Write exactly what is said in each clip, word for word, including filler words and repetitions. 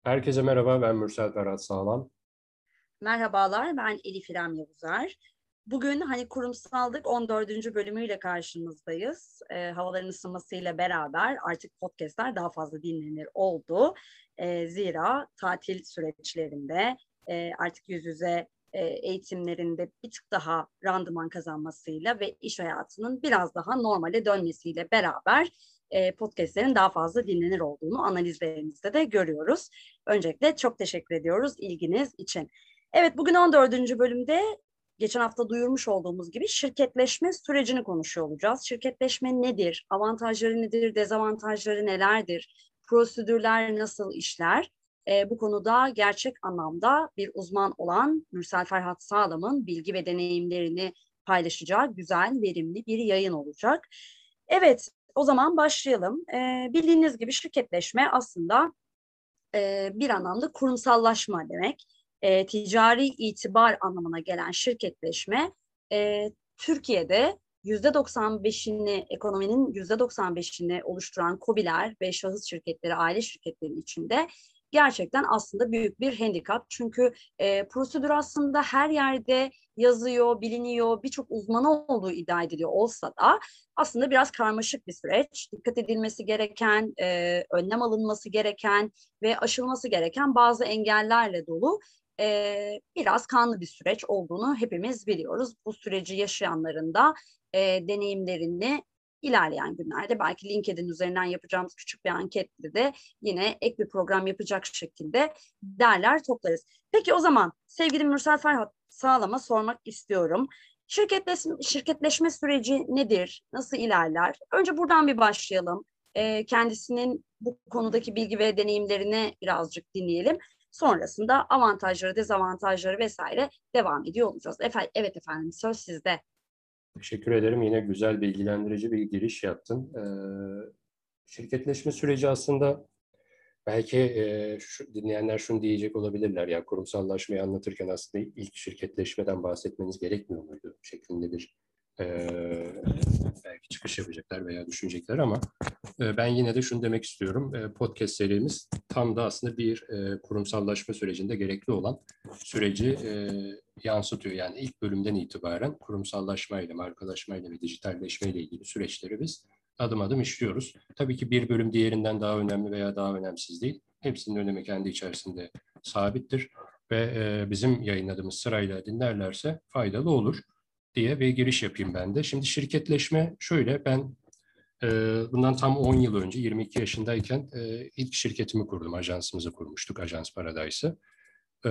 Herkese merhaba, ben Mürsel Ferhat Sağlam. Merhabalar, ben Elif İrem Yavuzar. Bugün hani kurumsallık on dördüncü bölümüyle karşınızdayız. E, havaların ısınmasıyla beraber artık podcastler daha fazla dinlenir oldu. E, zira tatil süreçlerinde e, artık yüz yüze e, eğitimlerinde bir tık daha randıman kazanmasıyla ve iş hayatının biraz daha normale dönmesiyle beraber e, podcastlerin daha fazla dinlenir olduğunu analizlerimizde de görüyoruz. Öncelikle çok teşekkür ediyoruz ilginiz için. Evet, bugün on dördüncü bölümde geçen hafta duyurmuş olduğumuz gibi şirketleşme sürecini konuşuyor olacağız. Şirketleşme nedir? Avantajları nedir? Dezavantajları nelerdir? Prosedürler nasıl işler? E, bu konuda gerçek anlamda bir uzman olan Mürsel Ferhat Sağlam'ın bilgi ve deneyimlerini paylaşacağı güzel, verimli bir yayın olacak. Evet, o zaman başlayalım. E, bildiğiniz gibi şirketleşme aslında e, bir anlamda kurumsallaşma demek. E, ticari itibar anlamına gelen şirketleşme e, Türkiye'de yüzde doksan beşini ekonominin yüzde doksan beşini oluşturan KOBİ'ler ve şahıs şirketleri, aile şirketleri içinde gerçekten aslında büyük bir handikap. Çünkü e, prosedür aslında her yerde yazıyor, biliniyor, birçok uzmanı olduğu iddia ediliyor olsa da aslında biraz karmaşık bir süreç. Dikkat edilmesi gereken, e, önlem alınması gereken ve aşılması gereken bazı engellerle dolu e, biraz kanlı bir süreç olduğunu hepimiz biliyoruz. Bu süreci yaşayanların da e, deneyimlerini ilerleyen günlerde belki LinkedIn üzerinden yapacağımız küçük bir anketle de yine ek bir program yapacak şekilde derler toplarız. Peki o zaman sevgili Mürsel Ferhat Sağlam'a sormak istiyorum. Şirketleşme, şirketleşme süreci nedir? Nasıl ilerler? Önce buradan bir başlayalım. E, kendisinin bu konudaki bilgi ve deneyimlerini birazcık dinleyelim. Sonrasında avantajları, dezavantajları vesaire devam ediyor olacağız. Efe, evet efendim, söz sizde. Teşekkür ederim. Yine güzel, bilgilendirici bir giriş yaptın. Ee, şirketleşme süreci aslında belki e, şu, dinleyenler şunu diyecek olabilirler. Ya kurumsallaşmayı anlatırken aslında ilk şirketleşmeden bahsetmeniz gerekmiyor muydu? Şeklinde bir e, belki çıkış yapacaklar veya düşünecekler ama e, ben yine de şunu demek istiyorum. E, podcast serimiz tam da aslında bir e, kurumsallaşma sürecinde gerekli olan süreci e, yansıtıyor. Yani ilk bölümden itibaren kurumsallaşmayla, markalaşmayla ve dijitalleşmeyle ilgili süreçleri biz adım adım işliyoruz. Tabii ki bir bölüm diğerinden daha önemli veya daha önemsiz değil. Hepsinin önemi kendi içerisinde sabittir ve e, bizim yayınladığımız sırayla dinlerlerse faydalı olur diye bir giriş yapayım ben de. Şimdi şirketleşme şöyle, ben e, bundan tam on yıl önce yirmi iki yaşındayken e, ilk şirketimi kurdum, ajansımızı kurmuştuk, Ajans Paradise'ı. E,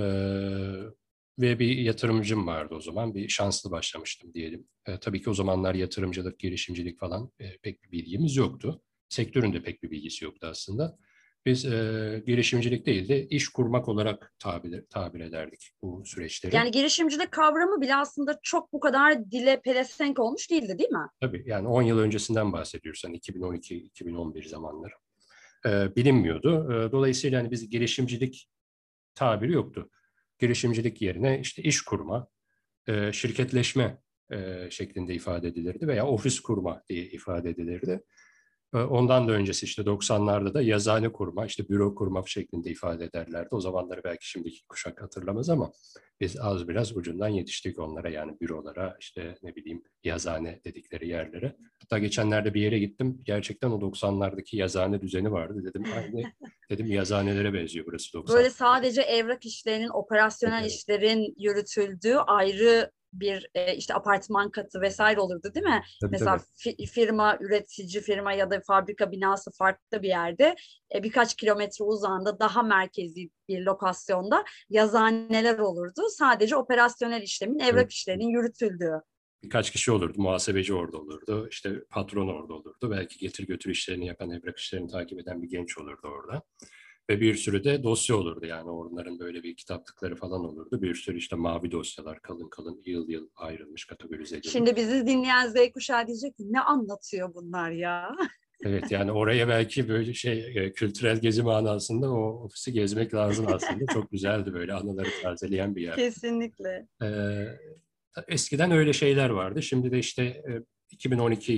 ve bir yatırımcım vardı o zaman, bir şanslı başlamıştım diyelim. E, tabii ki o zamanlar yatırımcılık, girişimcilik falan e, pek bir bilgimiz yoktu. Sektörün de pek bir bilgisi yoktu aslında. Biz e, girişimcilik değil de iş kurmak olarak tabir, tabir ederdik bu süreçleri. Yani girişimcilik kavramı bile aslında çok bu kadar dile pelesenk olmuş değildi, değil mi? Tabii yani on yıl öncesinden bahsediyoruz. Hani iki bin on iki iki bin on bir zamanları. E, bilinmiyordu. E, dolayısıyla hani biz girişimcilik tabiri yoktu. Girişimcilik yerine işte iş kurma, e, şirketleşme e, şeklinde ifade edilirdi veya ofis kurma diye ifade edilirdi. E, ondan da öncesi işte doksanlarda da yazıhane kurma, işte büro kurma şeklinde ifade ederlerdi. O zamanları belki şimdiki kuşak hatırlamaz ama biz az biraz ucundan yetiştik onlara, yani bürolara, işte ne bileyim yazıhane dedikleri yerlere. Hatta geçenlerde bir yere gittim. Gerçekten o doksanlardaki yazıhane düzeni vardı. Dedim aynı, dedim yazıhanelere benziyor burası Böyle doksanlarda. sadece evrak işlerinin, Evet, operasyonel evet. işlerin yürütüldüğü ayrı bir e, işte apartman katı vesaire olurdu, değil mi? Tabii Mesela tabii. fi- firma, üretici firma ya da fabrika binası farklı bir yerde, e, birkaç kilometre uzağında daha merkezi bir lokasyonda yazıhaneler olurdu. Sadece operasyonel işlemin, Evet. evrak işlerinin yürütüldüğü. Birkaç kişi olurdu. Muhasebeci orada olurdu. İşte patron orada olurdu. Belki getir götür işlerini yapan, evrak işlerini takip eden bir genç olurdu orada. Ve bir sürü de dosya olurdu. Yani onların böyle bir kitaplıkları falan olurdu. Bir sürü işte mavi dosyalar, kalın kalın, yıl yıl ayrılmış, kategorize edilmiş. Şimdi bizi dinleyen Z kuşağı diyecek ki ne anlatıyor bunlar ya? Evet, yani oraya belki böyle şey e, kültürel gezi manasında o ofisi gezmek lazım aslında. Çok güzeldi, böyle anıları tazeleyen bir yer. Kesinlikle. Ee, eskiden öyle şeyler vardı. Şimdi de işte e,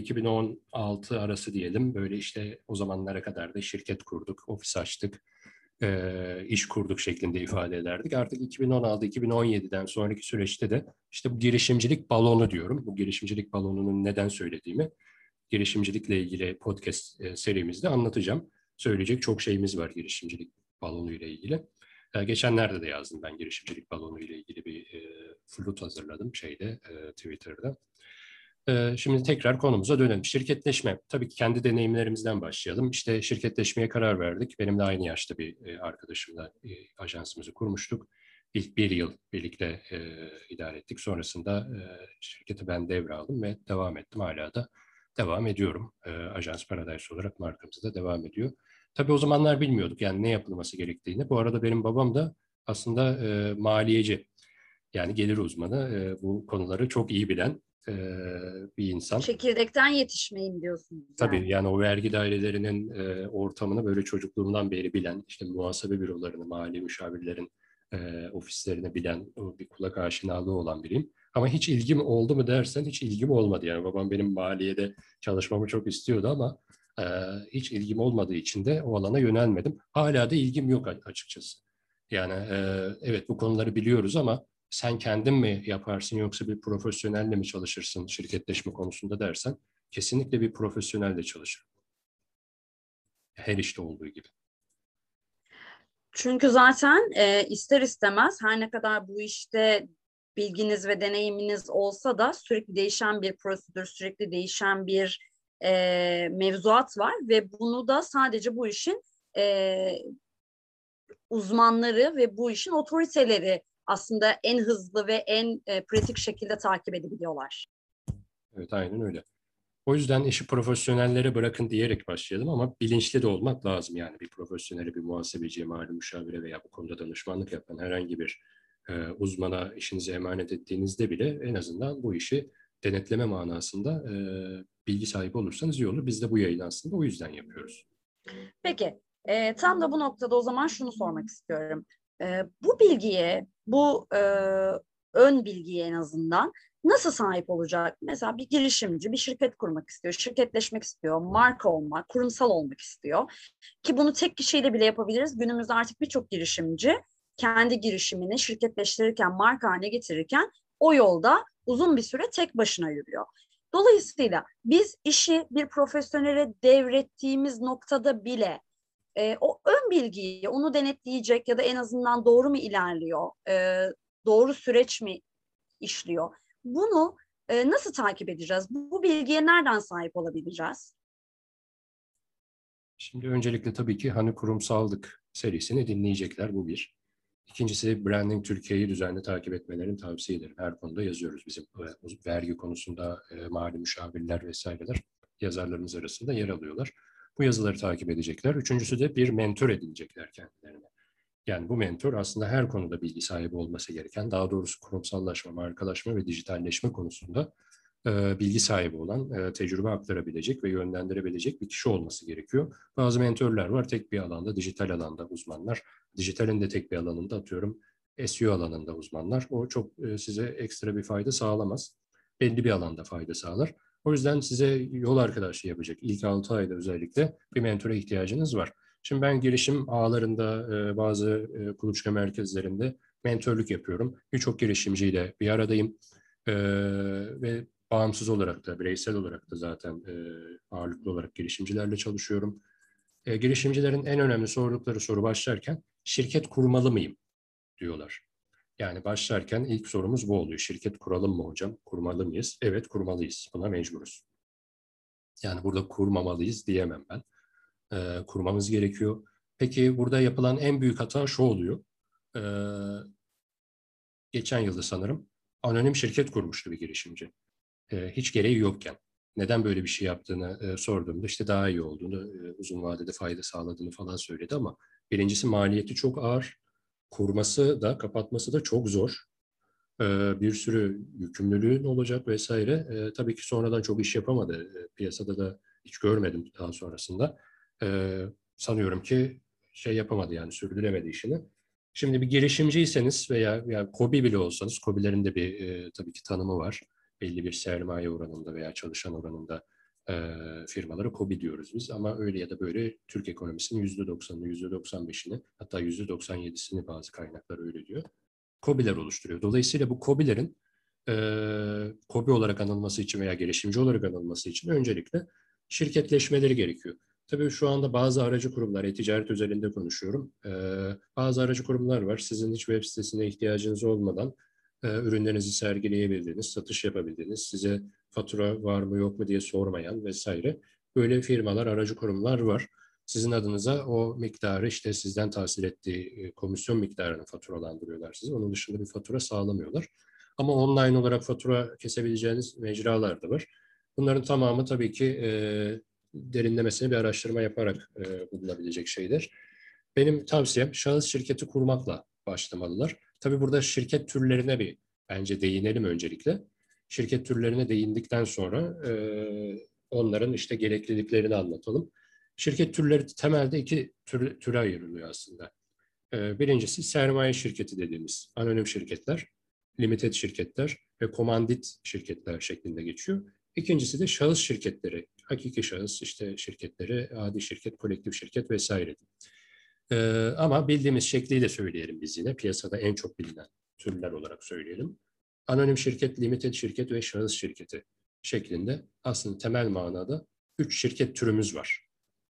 iki bin on iki-iki bin on altı arası diyelim. Böyle işte o zamanlara kadar da şirket kurduk, ofis açtık. e, iş kurduk şeklinde ifade ederdik. Artık iki bin on altı iki bin on yedi'den sonraki süreçte de işte bu girişimcilik balonu diyorum. Bu girişimcilik balonunun neden söylediğimi girişimcilikle ilgili podcast e, serimizde anlatacağım. Söyleyecek çok şeyimiz var girişimcilik balonu ile ilgili. E, geçenlerde de yazdım ben girişimcilik balonu ile ilgili bir e, flüt hazırladım şeyde e, Twitter'da. E, şimdi tekrar konumuza dönelim. Şirketleşme. Tabii ki kendi deneyimlerimizden başlayalım. İşte şirketleşmeye karar verdik. Benim de aynı yaşta bir e, arkadaşımla e, ajansımızı kurmuştuk. İlk bir yıl birlikte e, idare ettik. Sonrasında e, şirketi ben devraldım ve devam ettim. Hala da devam ediyorum. E, Ajans Paradise olarak markamız da devam ediyor. Tabii o zamanlar bilmiyorduk yani ne yapılması gerektiğini. Bu arada benim babam da aslında e, maliyeci. Yani gelir uzmanı, e, bu konuları çok iyi bilen e, bir insan. Çekirdekten yetişmeyim diyorsunuz Tabii yani. yani o vergi dairelerinin e, ortamını böyle çocukluğumdan beri bilen, işte muhasebe bürolarını, mali müşavirlerin e, ofislerini bilen, o bir kulak aşinalığı olan biriyim. Ama hiç ilgim oldu mu dersen hiç ilgim olmadı. Yani babam benim maliyede çalışmamı çok istiyordu ama e, hiç ilgim olmadığı için de o alana yönelmedim. Hala da ilgim yok açıkçası. Yani e, evet bu konuları biliyoruz ama sen kendin mi yaparsın yoksa bir profesyonelle mi çalışırsın şirketleşme konusunda dersen kesinlikle bir profesyonelle çalışır. Her işte olduğu gibi. Çünkü zaten e, ister istemez her ne kadar bu işte bilginiz ve deneyiminiz olsa da sürekli değişen bir prosedür, sürekli değişen bir e, mevzuat var ve bunu da sadece bu işin e, uzmanları ve bu işin otoriteleri aslında en hızlı ve en e, pratik şekilde takip edebiliyorlar. Evet aynen öyle. O yüzden işi profesyonellere bırakın diyerek başlayalım ama bilinçli de olmak lazım. Yani bir profesyonele, bir muhasebeciye, mali müşavire veya bu konuda danışmanlık yapan herhangi bir e, uzmana işinizi emanet ettiğinizde bile en azından bu işi denetleme manasında e, bilgi sahibi olursanız iyi olur. Biz de bu yayını aslında o yüzden yapıyoruz. Peki, e, tam da bu noktada o zaman şunu sormak istiyorum. E, bu bilgiye, bu e, ön bilgiye en azından nasıl sahip olacak? Mesela bir girişimci bir şirket kurmak istiyor, şirketleşmek istiyor, marka olmak, kurumsal olmak istiyor. Ki bunu tek kişiyle bile yapabiliriz. Günümüzde artık birçok girişimci kendi girişimini şirketleştirirken, marka haline getirirken o yolda uzun bir süre tek başına yürüyor. Dolayısıyla biz işi bir profesyonele devrettiğimiz noktada bile e, o ön bilgiyi, onu denetleyecek ya da en azından doğru mu ilerliyor, e, doğru süreç mi işliyor? Bunu e, nasıl takip edeceğiz? Bu, bu bilgiye nereden sahip olabileceğiz? Şimdi öncelikle tabii ki Hani Kurumsallık serisini dinleyecekler. Bu bir. İkincisi Branding Türkiye'yi düzenli takip etmelerini tavsiye ederim. Her konuda yazıyoruz bizim e, vergi konusunda e, mali müşavirler vesaireler yazarlarımız arasında yer alıyorlar. Bu yazıları takip edecekler. Üçüncüsü de bir mentor edinecekler kendilerine. Yani bu mentor aslında her konuda bilgi sahibi olması gereken, daha doğrusu kurumsallaşma, markalaşma ve dijitalleşme konusunda e, bilgi sahibi olan, e, tecrübe aktarabilecek ve yönlendirebilecek bir kişi olması gerekiyor. Bazı mentörler var tek bir alanda, dijital alanda uzmanlar. Dijitalin de tek bir alanında atıyorum S E O alanında uzmanlar. O çok e, size ekstra bir fayda sağlamaz. Belli bir alanda fayda sağlar. O yüzden size yol arkadaşlığı yapacak. İlk altı ayda özellikle bir mentora ihtiyacınız var. Şimdi ben girişim ağlarında, e, bazı e, kuluçka merkezlerinde mentörlük yapıyorum. Birçok girişimciyle bir aradayım. E, ve bağımsız olarak da, bireysel olarak da zaten e, ağırlıklı olarak girişimcilerle çalışıyorum. E, girişimcilerin en önemli sordukları soru başlarken şirket kurmalı mıyım diyorlar. Yani başlarken ilk sorumuz bu oluyor. Şirket kuralım mı hocam? Kurmalı mıyız? Evet kurmalıyız. Buna mecburuz. Yani burada kurmamalıyız diyemem ben. E, kurmamız gerekiyor. Peki burada yapılan en büyük hata şu oluyor. E, geçen yılda sanırım anonim şirket kurmuştu bir girişimci. E, hiç gereği yokken. Neden böyle bir şey yaptığını e, sorduğumda işte daha iyi olduğunu, e, uzun vadede fayda sağladığını falan söyledi ama birincisi maliyeti çok ağır. Kurması da kapatması da çok zor. E, bir sürü yükümlülüğün olacak vesaire. E, tabii ki sonradan çok iş yapamadı. E, piyasada da hiç görmedim daha sonrasında. E, sanıyorum ki şey yapamadı yani sürdüremedi işini. Şimdi bir girişimciyseniz veya ya KOBİ bile olsanız, KOBİ'lerin de bir e, tabii ki tanımı var. Belli bir sermaye oranında veya çalışan oranında e, firmalara KOBİ diyoruz biz. Ama öyle ya da böyle Türk ekonomisinin yüzde doksanını, yüzde doksan beşini, hatta yüzde doksan yedisini bazı kaynaklar öyle diyor. KOBİ'ler oluşturuyor. Dolayısıyla bu KOBİ'lerin e, KOBİ olarak anılması için veya girişimci olarak anılması için öncelikle şirketleşmeleri gerekiyor. Tabii şu anda bazı aracı kurumlar, e-ticaret özelinde konuşuyorum. E, bazı aracı kurumlar var. Sizin hiç web sitesine ihtiyacınız olmadan e, ürünlerinizi sergileyebildiğiniz, satış yapabildiğiniz, size fatura var mı yok mu diye sormayan vesaire. Böyle firmalar, aracı kurumlar var. Sizin adınıza o miktarı işte sizden tahsil ettiği komisyon miktarını faturalandırıyorlar size. Onun dışında bir fatura sağlamıyorlar. Ama online olarak fatura kesebileceğiniz mecralar da var. Bunların tamamı tabii ki e, derinlemesine bir araştırma yaparak e, bulunabilecek şeyler. Benim tavsiyem şahıs şirketi kurmakla başlamalılar. Tabii burada şirket türlerine bir bence değinelim öncelikle. Şirket türlerine değindikten sonra e, onların işte gerekliliklerini anlatalım. Şirket türleri temelde iki tür, türe ayrılıyor aslında. E, birincisi sermaye şirketi dediğimiz anonim şirketler, limited şirketler ve komandit şirketler şeklinde geçiyor. İkincisi de şahıs şirketleri, hakiki şahıs işte şirketleri, adi şirket, kolektif şirket vesaire. Ee, ama bildiğimiz şekliyle söyleyelim biz yine. Piyasada en çok bilinen türler olarak söyleyelim. Anonim şirket, limited şirket ve şahıs şirketi şeklinde aslında temel manada üç şirket türümüz var.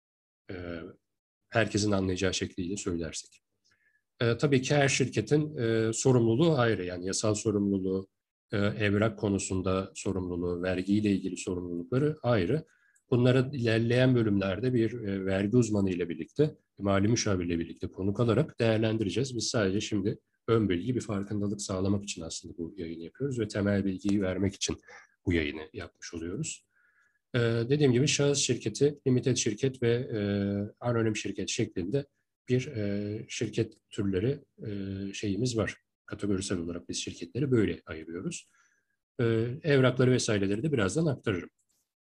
Ee, herkesin anlayacağı şekliyle söylersek. Ee, tabii ki her şirketin e, sorumluluğu ayrı. Yani yasal sorumluluğu, e, evrak konusunda sorumluluğu, vergiyle ilgili sorumlulukları ayrı. Bunları ilerleyen bölümlerde bir e, vergi uzmanı ile birlikte, mali müşavirle birlikte konuk alarak değerlendireceğiz. Biz sadece şimdi ön bilgi, bir farkındalık sağlamak için aslında bu yayını yapıyoruz ve temel bilgiyi vermek için bu yayını yapmış oluyoruz. Ee, dediğim gibi şahıs şirketi, limited şirket ve e, anonim şirket şeklinde bir e, şirket türleri e, şeyimiz var. Kategorisel olarak biz şirketleri böyle ayırıyoruz. E, evrakları vesaireleri de birazdan aktarırım.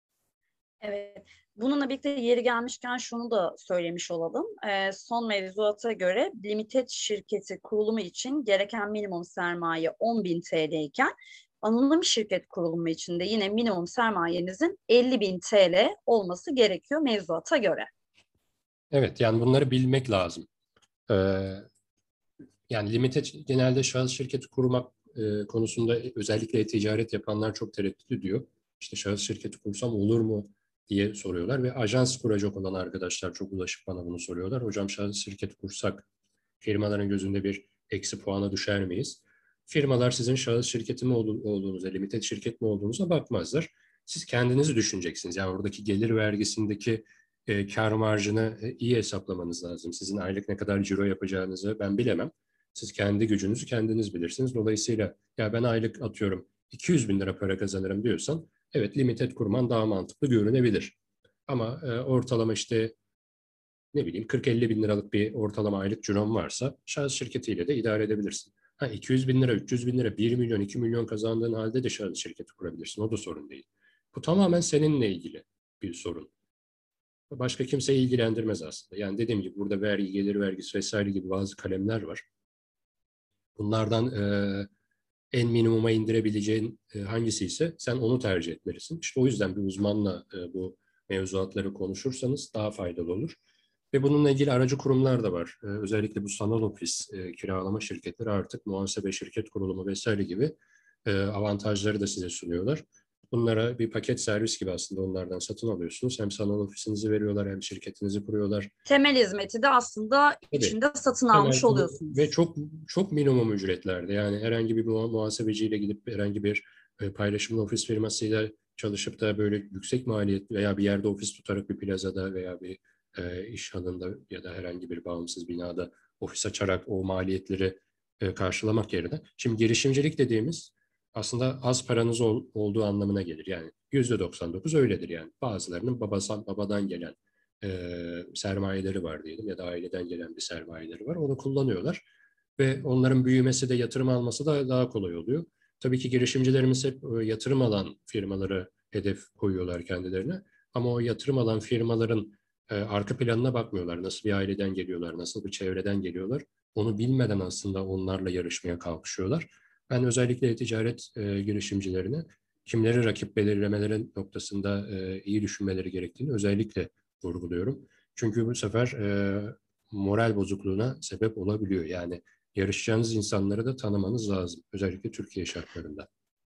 Evet. Bununla birlikte yeri gelmişken şunu da söylemiş olalım. Ee, son mevzuata göre limited şirketi kurulumu için gereken minimum sermaye on bin T L iken anonim şirket kurulumu için de yine minimum sermayenizin elli bin T L olması gerekiyor mevzuata göre. Evet, yani bunları bilmek lazım. Ee, yani limited genelde şahıs şirketi kurmak e, konusunda özellikle ticaret yapanlar çok tereddüt ediyor. İşte şahıs şirketi kursam olur mu diye soruyorlar ve ajans kuracak olan arkadaşlar çok ulaşıp bana bunu soruyorlar. Hocam şahıs şirket kursak firmaların gözünde bir eksi puana düşer miyiz? Firmalar sizin şahıs şirketi mi olduğunuza, limited şirket mi olduğunuza bakmazlar. Siz kendinizi düşüneceksiniz. Yani oradaki gelir vergisindeki e, kar marjını e, iyi hesaplamanız lazım. Sizin aylık ne kadar ciro yapacağınızı ben bilemem. Siz kendi gücünüzü kendiniz bilirsiniz. Dolayısıyla ya ben aylık atıyorum iki yüz bin lira para kazanırım diyorsan evet limited kurman daha mantıklı görünebilir. Ama e, ortalama işte ne bileyim kırk elli bin liralık bir ortalama aylık ciron varsa şahıs şirketiyle de idare edebilirsin. Ha iki yüz bin lira, üç yüz bin lira, bir milyon, iki milyon kazandığın halde de şahıs şirketi kurabilirsin. O da sorun değil. Bu tamamen seninle ilgili bir sorun. Başka kimseyi ilgilendirmez aslında. Yani dediğim gibi burada vergi, gelir vergisi vesaire gibi bazı kalemler var. Bunlardan e, en minimuma indirebileceğin e, hangisi ise sen onu tercih etmelisin. İşte o yüzden bir uzmanla e, bu mevzuatları konuşursanız daha faydalı olur. Ve bununla ilgili aracı kurumlar da var. E, özellikle bu sanal ofis, e, kiralama şirketleri artık muhasebe şirket kurulumu vesaire gibi e, avantajları da size sunuyorlar. Bunlara bir paket servis gibi aslında onlardan satın alıyorsunuz. Hem sanal ofisinizi veriyorlar hem şirketinizi kuruyorlar. Temel hizmeti de aslında Tabii. içinde satın Temel almış ve oluyorsunuz. çok çok minimum ücretlerde. Yani herhangi bir muha- muhasebeciyle gidip herhangi bir e, paylaşımlı ofis firmasıyla çalışıp da böyle yüksek maliyet veya bir yerde ofis tutarak bir plazada veya bir e, iş alanında ya da herhangi bir bağımsız binada ofis açarak o maliyetleri e, karşılamak yerine. Şimdi girişimcilik dediğimiz aslında az paranız ol, olduğu anlamına gelir. Yani yüzde doksan dokuz öyledir yani. Bazılarının babasan, babadan gelen e, sermayeleri var diyelim ya da aileden gelen bir sermayeleri var. Onu kullanıyorlar ve onların büyümesi de yatırım alması da daha kolay oluyor. Tabii ki girişimcilerimiz hep e, yatırım alan firmaları hedef koyuyorlar kendilerine. Ama o yatırım alan firmaların e, arka planına bakmıyorlar. Nasıl bir aileden geliyorlar, nasıl bir çevreden geliyorlar. Onu bilmeden aslında onlarla yarışmaya kalkışıyorlar. Ben özellikle ticaret e, girişimcilerine kimleri rakip belirlemeleri noktasında e, iyi düşünmeleri gerektiğini özellikle vurguluyorum. Çünkü bu sefer e, moral bozukluğuna sebep olabiliyor. Yani yarışacağınız insanları da tanımanız lazım. Özellikle Türkiye şartlarında.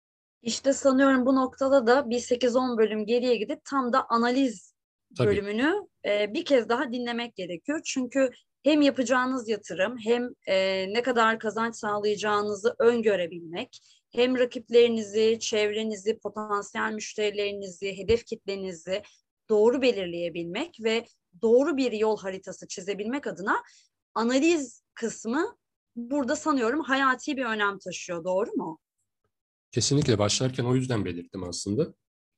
İşte sanıyorum bu noktada da bir sekiz on bölüm geriye gidip tam da analiz Tabii, bölümünü e, bir kez daha dinlemek gerekiyor. Çünkü hem yapacağınız yatırım hem e, ne kadar kazanç sağlayacağınızı öngörebilmek, hem rakiplerinizi, çevrenizi, potansiyel müşterilerinizi, hedef kitlenizi doğru belirleyebilmek ve doğru bir yol haritası çizebilmek adına analiz kısmı burada sanıyorum hayati bir önem taşıyor. Doğru mu? kesinlikle başlarken o yüzden belirttim aslında.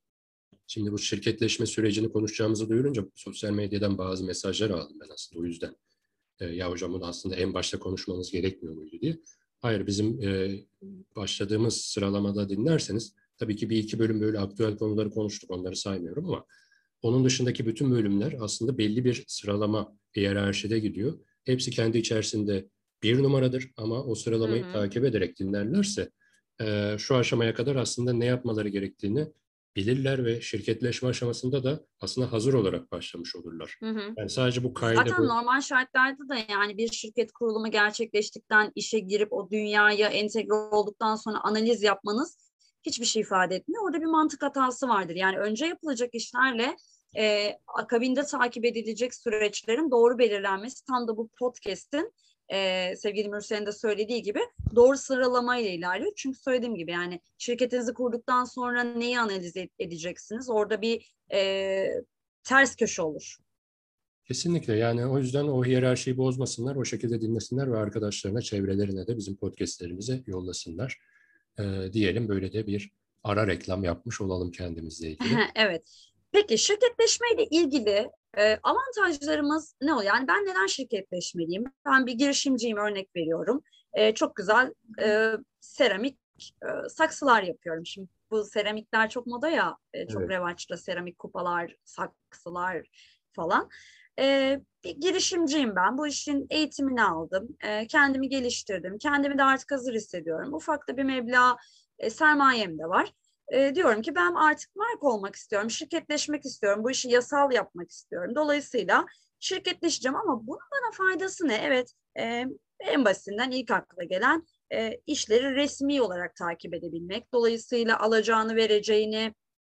Şimdi bu şirketleşme sürecini konuşacağımızı duyurunca sosyal medyadan bazı mesajlar aldım ben aslında o yüzden. E, ya hocam bunu aslında en başta konuşmanız gerekmiyor muydu diye. Hayır, bizim e, başladığımız sıralamada dinlerseniz tabii ki bir iki bölüm böyle aktüel konuları konuştuk, onları saymıyorum ama onun dışındaki bütün bölümler aslında belli bir sıralama hiyerarşide gidiyor. Hepsi kendi içerisinde bir numaradır ama o Hı sıralamayı hı. takip ederek dinlerlerse e, şu aşamaya kadar aslında ne yapmaları gerektiğini bilirler ve şirketleşme aşamasında da aslında hazır olarak başlamış olurlar. Hı hı. Yani sadece bu kaydı Zaten bu. normal şartlarda da yani bir şirket kurulumu gerçekleştikten, işe girip o dünyaya entegre olduktan sonra analiz yapmanız hiçbir şey ifade etmiyor. Orada bir mantık hatası vardır. Yani önce yapılacak işlerle e, akabinde takip edilecek süreçlerin doğru belirlenmesi tam da bu podcast'in e, sevgili Mürsel'in de söylediği gibi doğru sıralamayla ilerliyor. Çünkü söylediğim gibi yani şirketinizi kurduktan sonra neyi analiz edeceksiniz? Orada bir e, ters köşe olur. Kesinlikle, yani o yüzden o hiyerarşiyi bozmasınlar, o şekilde dinlesinler ve arkadaşlarına, çevrelerine de bizim podcastlerimize yollasınlar. Ee, diyelim, böyle de bir ara reklam yapmış olalım kendimizle ilgili. Evet. Peki şirketleşmeyle ilgili e, avantajlarımız ne oluyor? Yani ben neden şirketleşmeliyim? Ben bir girişimciyim, örnek veriyorum. E, çok güzel e, seramik e, saksılar yapıyorum. Şimdi bu seramikler çok moda ya, e, çok Evet. revaçta seramik kupalar, saksılar falan. E, bir girişimciyim ben. Bu işin eğitimini aldım. E, kendimi geliştirdim. Kendimi de artık hazır hissediyorum. Ufak da bir meblağ e, sermayem de var. E, diyorum ki ben artık marka olmak istiyorum, şirketleşmek istiyorum, bu işi yasal yapmak istiyorum. Dolayısıyla şirketleşeceğim ama bunun bana faydası ne? Evet, e, en basitinden ilk akla gelen e, işleri resmi olarak takip edebilmek. Dolayısıyla alacağını vereceğini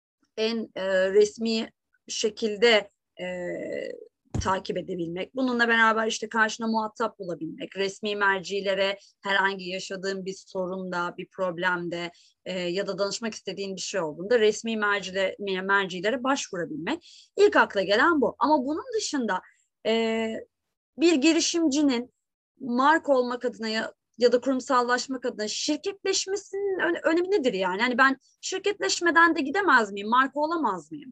en e, resmi şekilde e, takip edebilmek. Bununla beraber işte karşına muhatap bulabilmek, resmi mercilere herhangi yaşadığın bir sorunda, bir problemde e, ya da danışmak istediğin bir şey olduğunda resmi mercile, mercilere başvurabilmek. İlk akla gelen bu. Ama bunun dışında e, bir girişimcinin marka olmak adına ya, ya da kurumsallaşmak adına şirketleşmesinin ön- önemi nedir yani? Hani ben şirketleşmeden de gidemez miyim? Marka olamaz mıyım?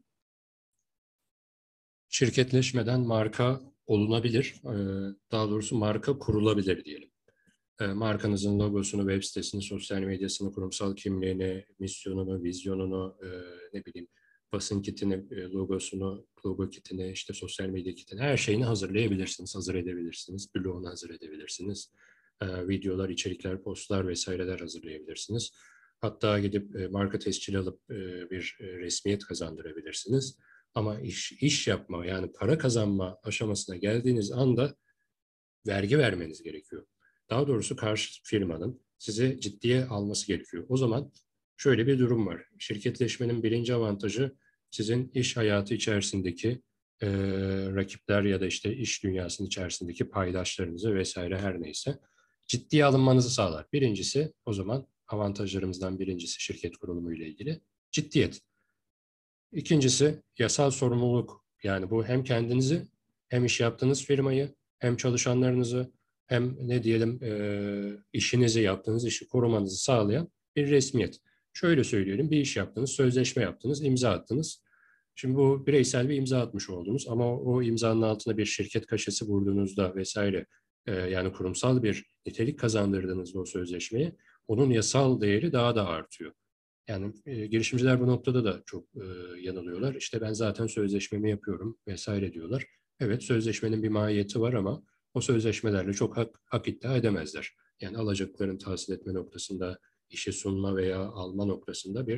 Şirketleşmeden marka olunabilir, ee, daha doğrusu marka kurulabilir diyelim. Ee, markanızın logosunu, web sitesini, sosyal medyasını, kurumsal kimliğini, misyonunu, vizyonunu, e, ne bileyim basın kitini, e, logosunu, logo kitini, işte sosyal medya kitini, her şeyini hazırlayabilirsiniz, hazır edebilirsiniz. Blogunu hazır edebilirsiniz. E, videolar, içerikler, postlar vesaireler hazırlayabilirsiniz. Hatta gidip e, marka tescili alıp e, bir e, resmiyet kazandırabilirsiniz. Ama iş, iş yapma, yani para kazanma aşamasına geldiğiniz anda vergi vermeniz gerekiyor. Daha doğrusu karşı firmanın sizi ciddiye alması gerekiyor. O zaman şöyle bir durum var. Şirketleşmenin birinci avantajı, sizin iş hayatı içerisindeki e, rakipler ya da işte iş dünyasının içerisindeki paydaşlarınızı vesaire, her neyse, ciddiye alınmanızı sağlar. Birincisi, o zaman avantajlarımızdan birincisi şirket kurulumu ile ilgili ciddiyet. İkincisi yasal sorumluluk. Yani bu hem kendinizi, hem iş yaptığınız firmayı, hem çalışanlarınızı, hem ne diyelim e, işinizi, yaptığınız işi korumanızı sağlayan bir resmiyet. Şöyle söyleyelim, bir iş yaptınız, sözleşme yaptınız, imza attınız. Şimdi bu bireysel bir imza atmış oldunuz ama o imzanın altına bir şirket kaşesi vurduğunuzda vesaire, e, yani kurumsal bir nitelik kazandırdığınızda o sözleşmeye, onun yasal değeri daha da artıyor. Yani e, girişimciler bu noktada da çok e, yanılıyorlar. İşte ben zaten sözleşmemi yapıyorum vesaire diyorlar. Evet, sözleşmenin bir mahiyeti var ama o sözleşmelerle çok hak, hak iddia edemezler. Yani alacakların tahsil etme noktasında, işi sunma veya alma noktasında bir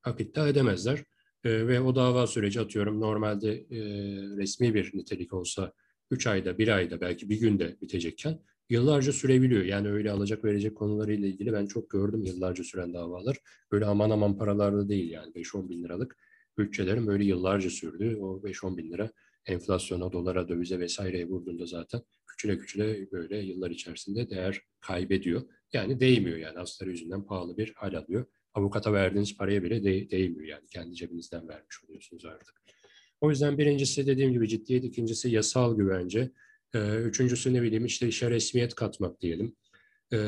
hak iddia edemezler. E, ve o dava süreci atıyorum normalde e, resmi bir nitelik olsa üç ayda, bir ayda belki bir günde bitecekken yıllarca sürebiliyor. Yani öyle alacak verecek konularıyla ilgili ben çok gördüm yıllarca süren davalar. Böyle aman aman paralarda değil yani beş on bin liralık bütçelerin böyle yıllarca sürdü. O beş on bin lira enflasyona, dolara, dövize vesaireye vurduğunda zaten küçüle küçüle böyle yıllar içerisinde değer kaybediyor. Yani değmiyor yani asları yüzünden pahalı bir hal alıyor. Avukata verdiğiniz paraya bile de- değmiyor yani kendi cebinizden vermiş oluyorsunuz artık. O yüzden birincisi dediğim gibi ciddiyet, ikincisi yasal güvence, ee, üçüncüsü ne bileyim işte işe resmiyet katmak diyelim. Ee,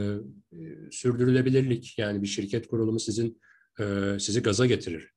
Sürdürülebilirlik yani bir şirket kurulumu sizin e, sizi gaza getirir.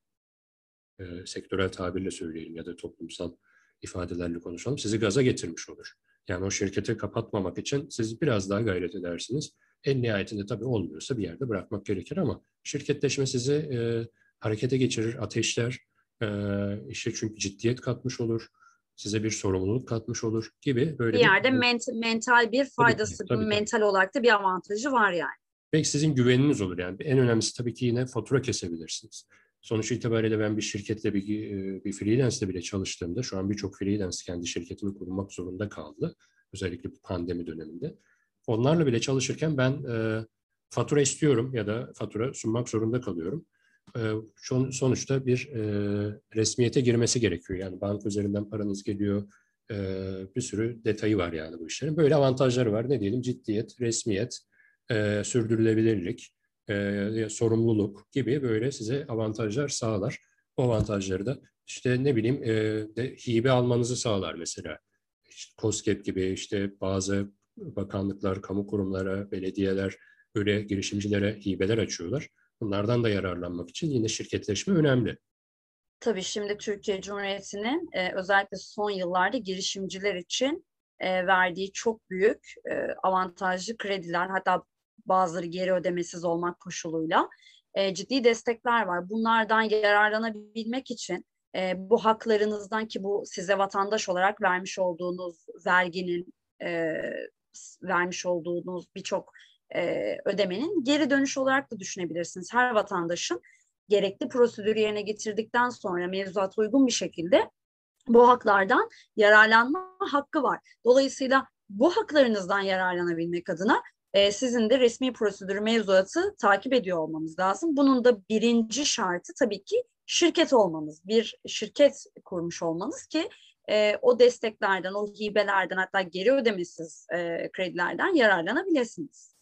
Ee, sektörel tabirle söyleyelim ya da toplumsal ifadelerle konuşalım. Sizi gaza getirmiş olur. Yani o şirketi kapatmamak için siz biraz daha gayret edersiniz. En nihayetinde tabii olmuyorsa bir yerde bırakmak gerekir ama şirketleşme sizi e, harekete geçirir, ateşler, e, işe çünkü ciddiyet katmış olur, size bir sorumluluk katmış olur gibi Bir böyle bir yerde ment mental bir tabii ki, faydası, tabii tabii. mental olarak da bir avantajı var yani. Belki sizin güveniniz olur yani. En önemlisi tabii ki yine fatura kesebilirsiniz. Sonuç itibariyle ben bir şirketle bir, bir freelance'le bile çalıştığımda şu an birçok freelance kendi şirketini kurmak zorunda kaldı. Özellikle bu pandemi döneminde. Onlarla bile çalışırken ben e, fatura istiyorum ya da fatura sunmak zorunda kalıyorum. E, sonuçta bir e, resmiyete girmesi gerekiyor. Yani banka üzerinden paranız geliyor. E, bir sürü detayı var yani bu işlerin. Böyle avantajları var. Ne diyelim? Ciddiyet, resmiyet, e, sürdürülebilirlik, e, sorumluluk gibi böyle size avantajlar sağlar. O avantajları da işte ne bileyim e, de hibe almanızı sağlar mesela. İşte KOSGEB gibi işte bazı bakanlıklar, kamu kurumlara, belediyeler böyle girişimcilere hibeler açıyorlar. Bunlardan da yararlanmak için yine şirketleşme önemli. Tabii şimdi Türkiye Cumhuriyeti'nin e, özellikle son yıllarda girişimciler için e, verdiği çok büyük e, avantajlı krediler, hatta bazıları geri ödemesiz olmak koşuluyla e, ciddi destekler var. Bunlardan yararlanabilmek için e, bu haklarınızdan, ki bu size vatandaş olarak vermiş olduğunuz verginin, e, vermiş olduğunuz birçok e, ödemenin geri dönüş olarak da düşünebilirsiniz. Her vatandaşın gerekli prosedürü yerine getirdikten sonra mevzuata uygun bir şekilde bu haklardan yararlanma hakkı var. Dolayısıyla bu haklarınızdan yararlanabilmek adına e, sizin de resmi prosedürü, mevzuatı takip ediyor olmanız lazım. Bunun da birinci şartı tabii ki şirket olmanız. Bir şirket kurmuş olmanız ki e, o desteklerden, o hibelerden, hatta geri ödemesiz e, kredilerden yararlanabilirsiniz.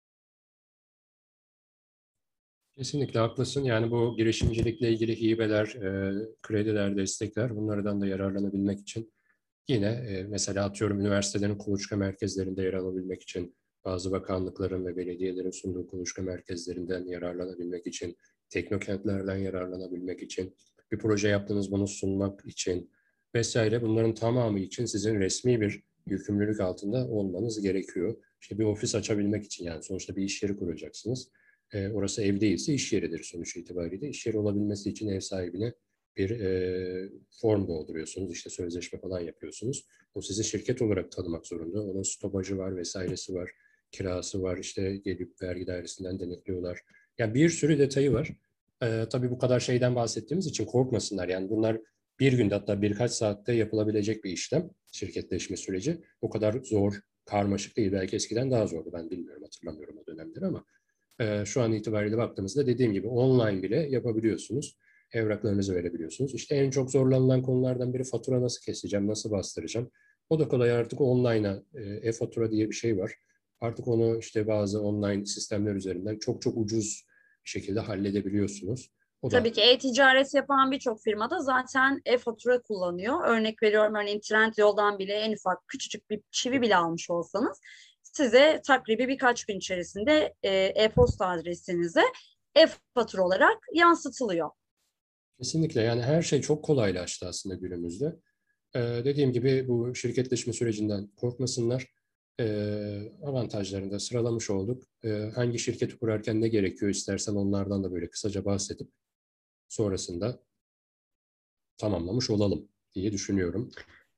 Kesinlikle haklısın. Yani bu girişimcilikle ilgili hibeler, e, krediler, destekler bunlardan da yararlanabilmek için yine e, mesela atıyorum üniversitelerin kuluçka merkezlerinde yer alabilmek için, bazı bakanlıkların ve belediyelerin sunduğu kuluçka merkezlerinden yararlanabilmek için, teknokentlerden yararlanabilmek için, bir proje yaptığınız bunu sunmak için vesaire bunların tamamı için sizin resmi bir yükümlülük altında olmanız gerekiyor. İşte bir ofis açabilmek için yani sonuçta bir iş yeri kuracaksınız. E, orası ev değilse iş yeridir sonuç itibariyle. İş yeri olabilmesi için ev sahibine bir e, form dolduruyorsunuz. İşte sözleşme falan yapıyorsunuz. O sizi şirket olarak tanımak zorunda. Onun stopajı var, vesairesi var, kirası var. İşte gelip vergi dairesinden denetliyorlar. Yani bir sürü detayı var. E, tabii bu kadar şeyden bahsettiğimiz için korkmasınlar. Yani bunlar bir günde hatta birkaç saatte yapılabilecek bir işlem. Şirketleşme süreci. O kadar zor, karmaşık değil. Belki eskiden daha zordu. Ben bilmiyorum, hatırlamıyorum o dönemleri ama e, şu an itibariyle baktığımızda dediğim gibi online bile yapabiliyorsunuz. Evraklarınızı verebiliyorsunuz. İşte en çok zorlanılan konulardan biri fatura nasıl keseceğim, nasıl bastıracağım. O da kolay artık online'a, e-fatura diye bir şey var. Artık onu işte bazı online sistemler üzerinden çok çok ucuz bir şekilde halledebiliyorsunuz. O da Tabii ki e-ticaret yapan birçok firmada zaten e-fatura kullanıyor. Örnek veriyorum, örneğin Trendyol'dan bile en ufak küçücük bir çivi bile almış olsanız size takribi birkaç gün içerisinde e, e-posta adresinize e-fatura olarak yansıtılıyor. kesinlikle yani her şey çok kolaylaştı aslında günümüzde. Ee, dediğim gibi bu şirketleşme sürecinden korkmasınlar. Ee, avantajlarını da sıralamış olduk. Ee, hangi şirketi kurarken ne gerekiyor istersen onlardan da böyle kısaca bahsedip sonrasında tamamlamış olalım diye düşünüyorum.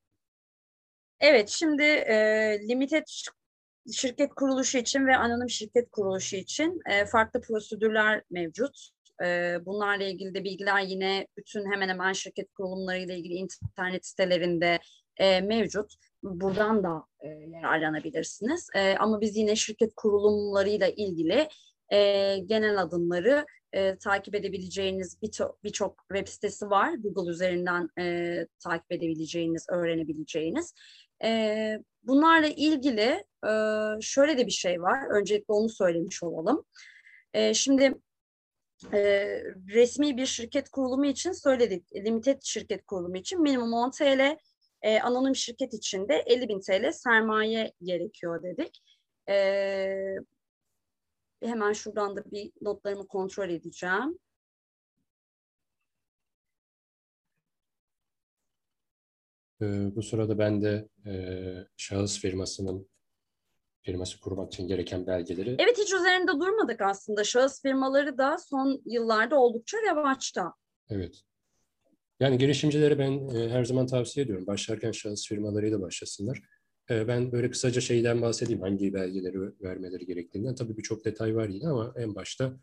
Evet, şimdi e, limited şirket kuruluşu için ve anonim şirket kuruluşu için e, farklı prosedürler mevcut. E, bunlarla ilgili de bilgiler yine bütün hemen hemen şirket kurulumlarıyla ilgili internet sitelerinde e, mevcut. Buradan da e, yararlanabilirsiniz. E, ama biz yine şirket kurulumlarıyla ilgili e, genel adımları e, takip edebileceğiniz birçok birçok web sitesi var. Google üzerinden e, takip edebileceğiniz, öğrenebileceğiniz. E, bunlarla ilgili e, şöyle de bir şey var. Öncelikle onu söylemiş olalım. E, şimdi e, resmi bir şirket kurulumu için söyledik. Limited şirket kurulumu için minimum on T L, e, anonim şirket için de elli bin T L sermaye gerekiyor dedik. E, hemen şuradan da bir notlarımı kontrol edeceğim. Ee, bu sırada ben de e, şahıs firmasının firması kurmak için gereken belgeleri... Evet, hiç üzerinde durmadık aslında. Şahıs firmaları da son yıllarda oldukça revaçta. Evet. Yani girişimcilere ben e, her zaman tavsiye ediyorum. Başlarken şahıs firmalarıyla başlasınlar. E, ben böyle kısaca şeyden bahsedeyim. Hangi belgeleri vermeleri gerektiğinden. Tabii birçok detay var yine ama en başta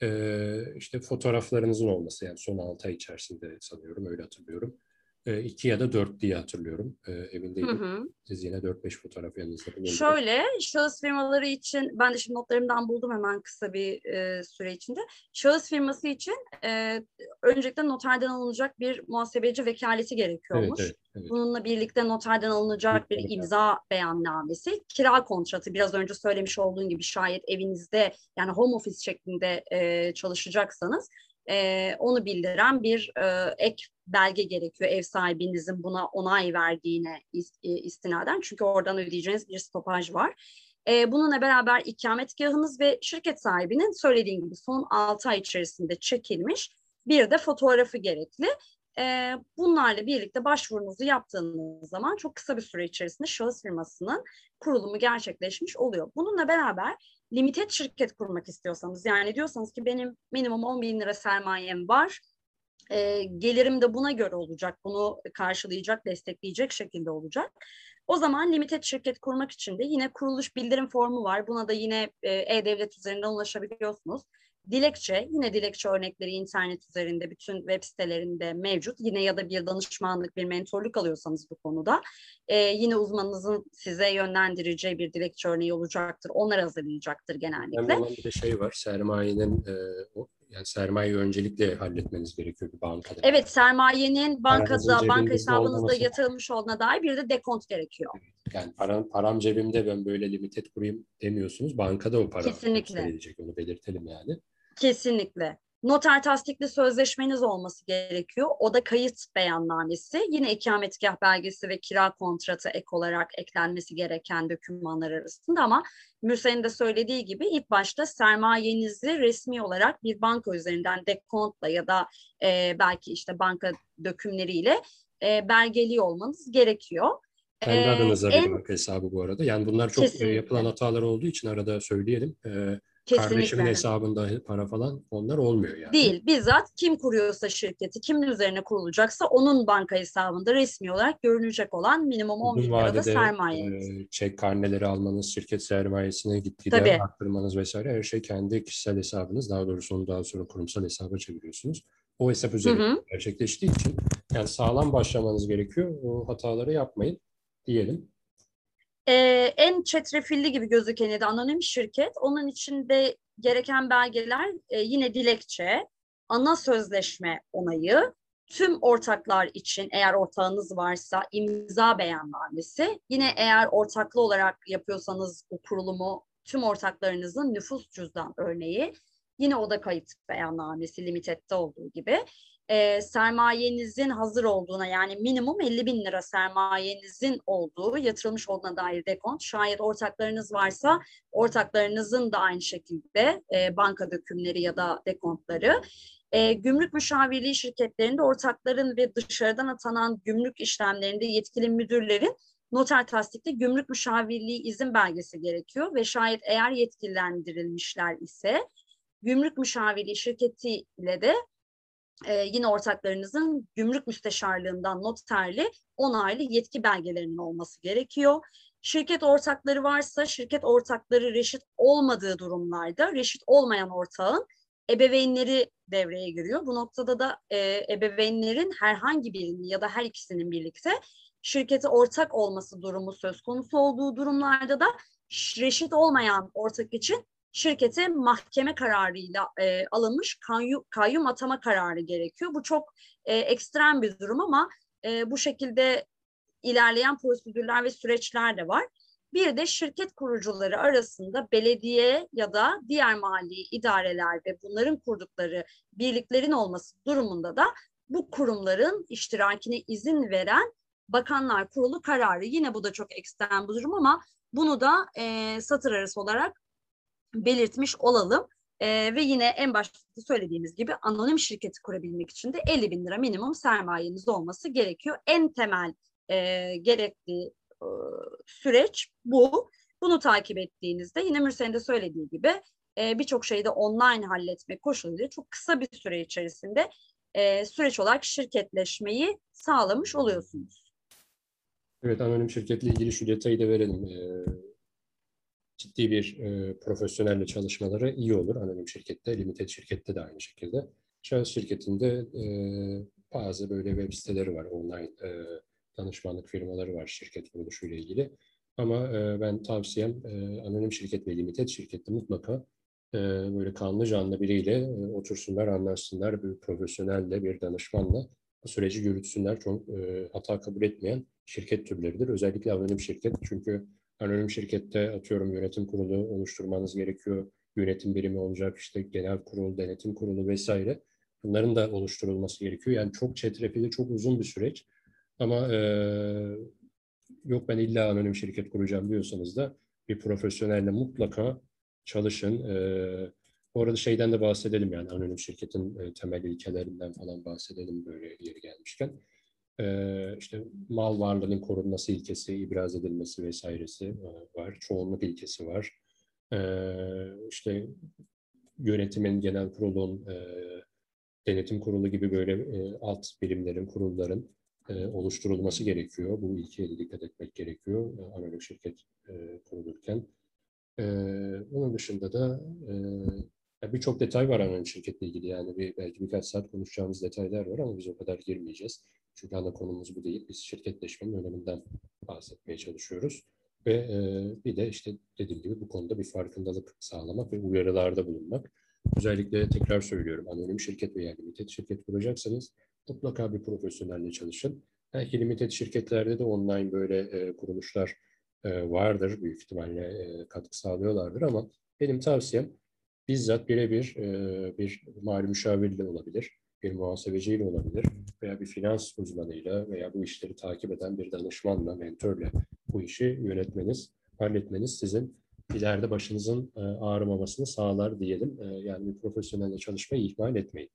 e, işte fotoğraflarınızın olması. Yani son altı ay içerisinde sanıyorum öyle hatırlıyorum. E, iki ya da dört diye hatırlıyorum. E, emin Hı değilim. hı. Siz yine dört beş fotoğraf yanınızda bulundurun. Şöyle, şahıs firmaları için, ben de şimdi notlarımdan buldum hemen kısa bir e, süre içinde. Şahıs firması için e, öncelikle noterden alınacak bir muhasebeci vekaleti Evet, gerekiyormuş. evet, evet. Bununla birlikte noterden alınacak bir Yüklemek lazım. imza beyannamesi, kira kontratı, biraz önce söylemiş olduğun gibi şayet evinizde yani home office şeklinde e, çalışacaksanız e, onu bildiren bir e, ek belge gerekiyor ev sahibinizin buna onay verdiğine istinaden. Çünkü oradan ödeyeceğiniz bir stopaj var. E, bununla beraber ikametgahınız ve şirket sahibinin söylediğim gibi son altı ay içerisinde çekilmiş bir de fotoğrafı gerekli. E, bunlarla birlikte başvurunuzu yaptığınız zaman çok kısa bir süre içerisinde şahıs firmasının kurulumu gerçekleşmiş oluyor. Bununla beraber limited şirket kurmak istiyorsanız, yani diyorsanız ki benim minimum on bin lira sermayem var, e, gelirim de buna göre olacak, bunu karşılayacak, destekleyecek şekilde olacak. O zaman limited şirket kurmak için de yine kuruluş bildirim formu var. Buna da yine e, E-Devlet üzerinden ulaşabiliyorsunuz. Dilekçe, yine dilekçe örnekleri internet üzerinde bütün web sitelerinde mevcut. Yine ya da bir danışmanlık, bir mentorluk alıyorsanız bu konuda e, yine uzmanınızın size yönlendireceği bir dilekçe örneği olacaktır. Onlar hazırlayacaktır Önemli genellikle. olan bir de şey var. Sermayenin e, o, yani sermayeyi öncelikle halletmeniz gerekiyor bir bankada. Evet, sermayenin Paranızın bankada, banka cebinizde hesabınızda olmaması. yatırılmış olduğuna dair bir de dekont gerekiyor. Yani param, param cebimde ben böyle limited kurayım demiyorsunuz. Bankada o para transfer Kesinlikle. edecek. Onu belirtelim yani. Kesinlikle. Noter tasdikli sözleşmeniz olması gerekiyor. O da kayıt beyannamesi. Yine ikametgah belgesi ve kira kontratı ek olarak eklenmesi gereken dokümanlar arasında, ama Mürsel'in de söylediği gibi ilk başta sermayenizi resmi olarak bir banka üzerinden dekontla ya da e, belki işte banka dökümleriyle e, belgeliyor olmanız gerekiyor. E, Kendi adınıza bir en banka hesabı bu arada. Yani bunlar çok e, yapılan kesinlikle, hatalar olduğu için arada söyleyelim. E, kardeşimin kesinlikle. hesabında para falan onlar olmuyor yani. Değil. Bizzat kim kuruyorsa şirketi, kimin üzerine kurulacaksa onun banka hesabında resmi olarak görünecek olan minimum on Uzun bin lirada vadede sermayeniz. e, çek karneleri almanız, şirket sermayesine gitgide Tabii. arttırmanız vesaire her şey kendi kişisel hesabınız. Daha doğrusu onu daha sonra kurumsal hesaba çeviriyorsunuz. O hesap Hı üzerinde hı. gerçekleştiği için yani sağlam başlamanız gerekiyor. O hataları yapmayın diyelim. Ee, en çetrefilli gibi gözükeni de anonim şirket. Onun içinde gereken belgeler e, yine dilekçe, ana sözleşme onayı, tüm ortaklar için eğer ortağınız varsa imza beyannamesi, yine eğer ortaklı olarak yapıyorsanız bu kurulumu tüm ortaklarınızın nüfus cüzdan örneği, yine o da kayıt beyannamesi limitette olduğu gibi. E, sermayenizin hazır olduğuna, yani minimum elli bin lira sermayenizin olduğu, yatırılmış olduğuna dair dekont. Şayet ortaklarınız varsa ortaklarınızın da aynı şekilde e, banka dökümleri ya da dekontları. E, gümrük müşavirliği şirketlerinde ortakların ve dışarıdan atanan gümrük işlemlerinde yetkili müdürlerin noter tasdikli gümrük müşavirliği izin belgesi gerekiyor ve şayet eğer yetkilendirilmişler ise gümrük müşavirliği şirketiyle de Ee, yine ortaklarınızın gümrük müsteşarlığından noterli onaylı yetki belgelerinin olması gerekiyor. Şirket ortakları varsa şirket ortakları reşit olmadığı durumlarda reşit olmayan ortağın ebeveynleri devreye giriyor. Bu noktada da e, ebeveynlerin herhangi birinin ya da her ikisinin birlikte şirkete ortak olması durumu söz konusu olduğu durumlarda da reşit olmayan ortak için şirkete mahkeme kararıyla e, alınmış kayyum, kayyum atama kararı gerekiyor. Bu çok e, ekstrem bir durum ama e, bu şekilde ilerleyen prosedürler ve süreçler de var. Bir de şirket kurucuları arasında belediye ya da diğer mali idareler ve bunların kurdukları birliklerin olması durumunda da bu kurumların iştirakine izin veren Bakanlar Kurulu kararı. Yine bu da çok ekstrem bir durum ama bunu da e, satır arası olarak belirtmiş olalım. E, ve yine en başta söylediğimiz gibi anonim şirketi kurabilmek için de elli bin lira minimum sermayeniz olması gerekiyor. En temel e, gerekli e, süreç bu. Bunu takip ettiğinizde yine Mürsel'in de söylediği gibi e, birçok şeyi de online halletmek koşuluyla çok kısa bir süre içerisinde e, süreç olarak şirketleşmeyi sağlamış oluyorsunuz. Evet, anonim şirketle ilgili şu detayı da verelim. Ee, ciddi bir e, profesyonelle çalışmaları iyi olur. Anonim şirkette, limited şirkette de aynı şekilde. Şahıs şirketinde e, bazı böyle web siteleri var, online e, danışmanlık firmaları var şirket kuruluşuyla ilgili. Ama e, ben tavsiyem e, anonim şirket ve limited şirkette mutlaka e, böyle kanlı canlı biriyle e, otursunlar, anlaşsınlar, bir profesyonelle, bir danışmanla bu süreci yürütsünler. Çok e, hata kabul etmeyen şirket türleridir. Özellikle anonim şirket, çünkü anonim şirkette atıyorum yönetim kurulu oluşturmanız gerekiyor. Yönetim birimi olacak, işte genel kurul, denetim kurulu vesaire. Bunların da oluşturulması gerekiyor. Yani çok çetrefilli, çok uzun bir süreç. Ama e, yok ben illa anonim şirket kuracağım diyorsanız da bir profesyonelle mutlaka çalışın. E, bu arada şeyden de bahsedelim, yani anonim şirketin e, temel ilkelerinden falan bahsedelim böyle yeri gelmişken. Ee, işte mal varlığının korunması ilkesi, ibraz edilmesi vesairesi e, var. Çoğunluk ilkesi var. Ee, işte yönetimin, genel kurulun, e, denetim kurulu gibi böyle e, alt birimlerin, kurulların e, oluşturulması gerekiyor. Bu ilkeye de dikkat etmek gerekiyor e, anonim şirket e, kurulurken. E, Bunun dışında da e, birçok detay var anonim şirketle ilgili. Yani bir, belki birkaç saat konuşacağımız detaylar var ama biz o kadar girmeyeceğiz. Çünkü ana konumuz bu değil. Biz şirketleşmenin öneminden bahsetmeye çalışıyoruz. Ve e, bir de işte dediğim gibi bu konuda bir farkındalık sağlamak ve uyarılarda bulunmak. Özellikle tekrar söylüyorum, anonim şirket veya limited şirket kuracaksanız mutlaka bir profesyonelle çalışın. Belki limited şirketlerde de online böyle e, kuruluşlar e, vardır. Büyük ihtimalle e, katkı sağlıyorlardır ama benim tavsiyem bizzat birebir e, bir mali müşavirle olabilir, bir muhasebeciyle olabilir veya bir finans uzmanıyla veya bu işleri takip eden bir danışmanla, mentörle bu işi yönetmeniz, halletmeniz sizin ileride başınızın e, ağrımamasını sağlar diyelim. E, yani bir profesyonelle çalışmayı ihmal etmeyin.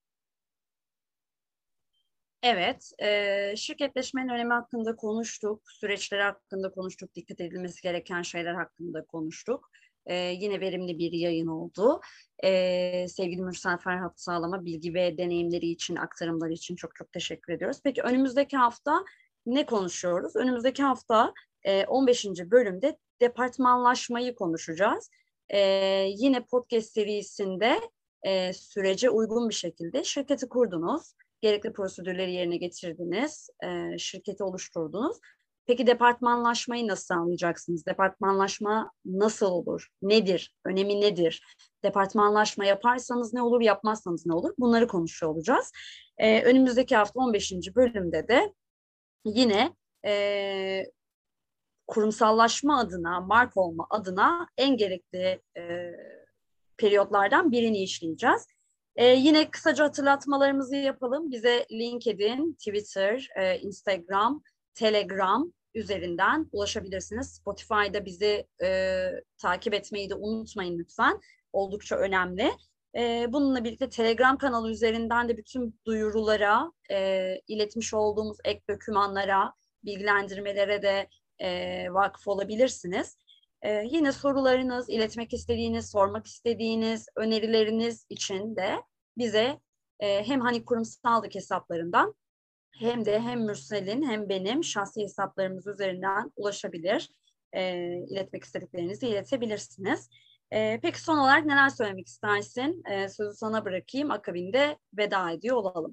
Evet, e, şirketleşmenin önemi hakkında konuştuk, süreçleri hakkında konuştuk, dikkat edilmesi gereken şeyler hakkında konuştuk. E, yine verimli bir yayın oldu. E, sevgili Mürsel Ferhat Sağlam'a bilgi ve deneyimleri için, aktarımları için çok çok teşekkür ediyoruz. Peki önümüzdeki hafta ne konuşuyoruz? Önümüzdeki hafta e, on beşinci bölümde departmanlaşmayı konuşacağız. E, yine podcast serisinde e, sürece uygun bir şekilde şirketi kurdunuz. Gerekli prosedürleri yerine getirdiniz, e, şirketi oluşturdunuz. Peki departmanlaşmayı nasıl sağlayacaksınız? Departmanlaşma nasıl olur? Nedir? Önemi nedir? Departmanlaşma yaparsanız ne olur, yapmazsanız ne olur? Bunları konuşuyor olacağız. E, önümüzdeki hafta on beşinci bölümde de yine e, kurumsallaşma adına, marka olma adına en gerekli e, periyotlardan birini işleyeceğiz. Ee, yine kısaca hatırlatmalarımızı yapalım. Bize LinkedIn, Twitter, e, Instagram, Telegram üzerinden ulaşabilirsiniz. Spotify'da bizi e, takip etmeyi de unutmayın lütfen. Oldukça önemli. E, bununla birlikte Telegram kanalı üzerinden de bütün duyurulara, e, iletmiş olduğumuz ek dokümanlara, bilgilendirmelere de e, vakıf olabilirsiniz. Ee, yine sorularınız, iletmek istediğiniz, sormak istediğiniz, önerileriniz için de bize e, hem Hani Kurumsallık hesaplarından hem de hem Mürsel'in hem benim şahsi hesaplarımız üzerinden ulaşabilir, e, iletmek istediklerinizi iletebilirsiniz. E, peki son olarak neler söylemek istersin? E, sözü sana bırakayım. Akabinde veda ediyor olalım.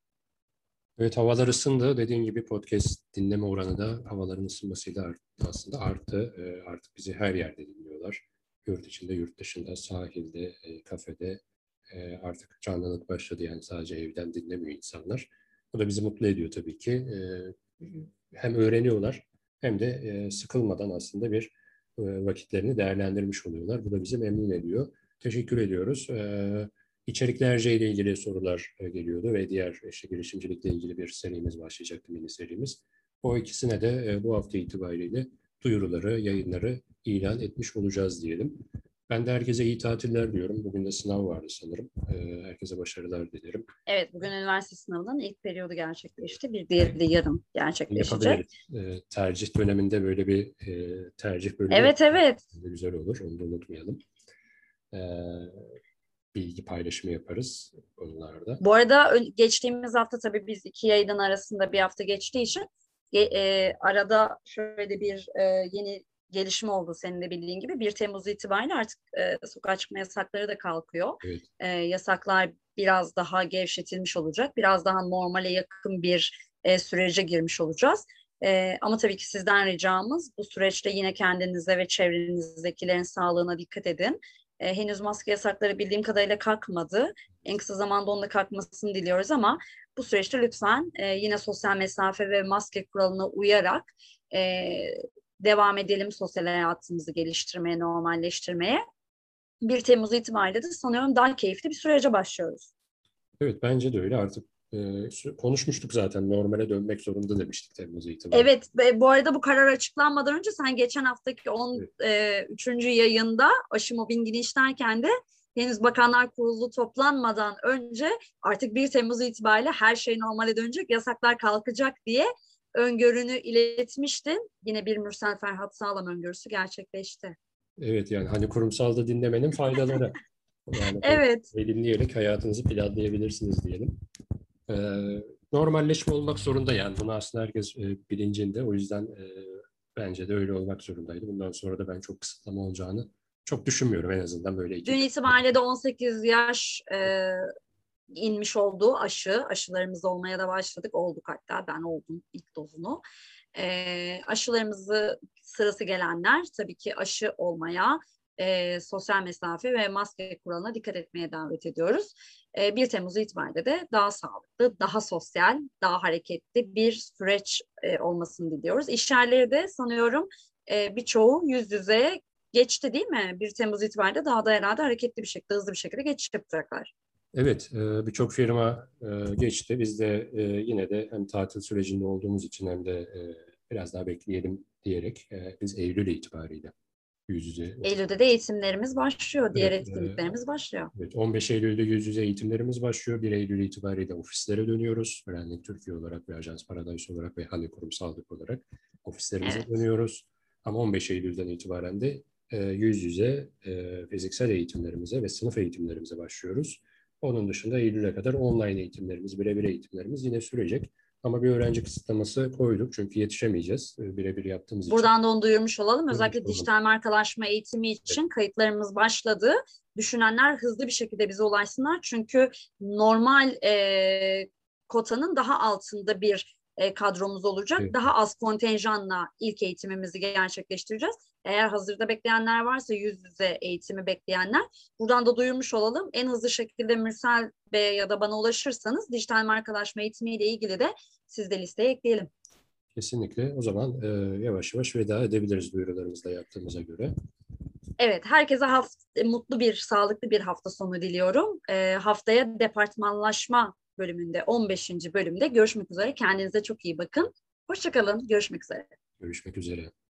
Evet, havalar ısındı. Dediğin gibi podcast dinleme oranı da havaların ısınmasıyla arttı, aslında arttı. E, artık bizi her yerde dinliyorlar. Yurt içinde, yurt dışında, sahilde, e, kafede e, artık canlılık başladı. Yani sadece evden dinlemiyor insanlar. Bu da bizi mutlu ediyor tabii ki. E, hem öğreniyorlar hem de e, sıkılmadan aslında bir e, vakitlerini değerlendirmiş oluyorlar. Bu da bizi memnun ediyor. Teşekkür ediyoruz. E, İçeriklerce ile ilgili sorular e, geliyordu ve diğer işte girişimcilikle ilgili bir serimiz başlayacaktı, mini serimiz. O ikisine de e, bu hafta itibariyle duyuruları, yayınları ilan etmiş olacağız diyelim. Ben de herkese iyi tatiller diyorum. Bugün de sınav vardı sanırım. E, herkese başarılar dilerim. Evet, bugün üniversite sınavının ilk periyodu gerçekleşti. Bir diğeri de yarın gerçekleşecek. Yapabiliriz. E, tercih döneminde böyle bir e, tercih bölümü Evet, evet. güzel olur. Onu da unutmayalım. E, bilgi paylaşımı yaparız konularda. Bu arada geçtiğimiz hafta tabii biz iki yayının arasında bir hafta geçtiği için e, arada şöyle bir e, yeni gelişme oldu senin de bildiğin gibi. bir Temmuz itibariyle artık e, sokağa çıkma yasakları da kalkıyor. Evet. E, yasaklar biraz daha gevşetilmiş olacak. Biraz daha normale yakın bir e, sürece girmiş olacağız. E, ama tabii ki sizden ricamız bu süreçte yine kendinize ve çevrenizdekilerin sağlığına dikkat edin. E, henüz maske yasakları bildiğim kadarıyla kalkmadı. En kısa zamanda onun da kalkmasını diliyoruz ama bu süreçte lütfen e, yine sosyal mesafe ve maske kuralına uyarak e, devam edelim sosyal hayatımızı geliştirmeye, normalleştirmeye. bir Temmuz itibariyle de sanıyorum daha keyifli bir sürece başlıyoruz. Evet, bence de öyle. Artık e, konuşmuştuk zaten, normale dönmek zorunda demiştik Temmuz itibariyle. Evet, ve bu arada bu karar açıklanmadan önce sen geçen haftaki on üçüncü Evet. yayında aşı mobbingini işlerken de henüz Bakanlar Kurulu toplanmadan önce artık bir Temmuz itibariyle her şey normale dönecek, yasaklar kalkacak diye öngörünü iletmiştin. Yine bir Mürsel Ferhat Sağlam öngörüsü gerçekleşti. Evet, yani hani kurumsalda dinlemenin faydaları. Yani Evet. dinleyerek hayatınızı planlayabilirsiniz diyelim. Ee, normalleşme olmak zorunda yani. Bunu aslında herkes e, bilincinde. O yüzden e, bence de öyle olmak zorundaydı. Bundan sonra da ben çok kısıtlama olacağını çok düşünmüyorum, en azından böyle iki. Dün itibariyle de on sekiz yaş e, inmiş olduğu aşı, aşılarımız olmaya da başladık. Olduk, hatta ben oldum ilk dozunu. E, aşılarımızı sırası gelenler tabii ki aşı olmaya, e, sosyal mesafe ve maske kuralına dikkat etmeye davet ediyoruz. E, bir Temmuz itibariyle de daha sağlıklı, daha sosyal, daha hareketli bir süreç e, olmasını diliyoruz. İş yerleri de sanıyorum e, birçoğu yüz yüze geçti değil mi? bir Temmuz itibariyle daha da herhalde hareketli bir şekilde, hızlı bir şekilde geçiş yapacaklar. Evet, e, birçok firma e, geçti. Biz de e, yine de hem tatil sürecinde olduğumuz için hem de e, biraz daha bekleyelim diyerek e, biz Eylül itibariyle yüz yüze. Eylül'de de eğitimlerimiz başlıyor, diğer Evet, etkinliklerimiz başlıyor. evet, on beş Eylül'de yüz yüze eğitimlerimiz başlıyor. bir Eylül itibariyle ofislere dönüyoruz. Branding Türkiye olarak ve Ajans Paradise olarak ve hani kurumsallık olarak ofislerimize Evet. dönüyoruz. Ama on beş Eylül'den itibaren de e, yüz yüze e, fiziksel eğitimlerimize ve sınıf eğitimlerimize başlıyoruz. Onun dışında Eylül'e kadar online eğitimlerimiz, birebir eğitimlerimiz yine sürecek. Ama bir öğrenci kısıtlaması koyduk çünkü yetişemeyeceğiz birebir yaptığımız için. Buradan da onu duyurmuş olalım. Özellikle Duyurmuş dijital markalaşma eğitimi için evet. kayıtlarımız başladı. Düşünenler hızlı bir şekilde bize ulaşsınlar. Çünkü normal e, kotanın daha altında bir e, kadromuz olacak. Evet. Daha az kontenjanla ilk eğitimimizi gerçekleştireceğiz. Eğer hazırda bekleyenler varsa, yüz yüze eğitimi bekleyenler, buradan da duyurmuş olalım. En hızlı şekilde Mürsel Bey'e ya da bana ulaşırsanız dijital markalaşma eğitimiyle ilgili de siz de listeye ekleyelim. Kesinlikle. O zaman e, yavaş yavaş veda edebiliriz duyurularımızla yaptığımıza göre. Evet, herkese hafta, mutlu bir, sağlıklı bir hafta sonu diliyorum. E, haftaya departmanlaşma bölümünde, on beşinci bölümde görüşmek üzere. Kendinize çok iyi bakın. Hoşça kalın. Görüşmek üzere. Görüşmek üzere.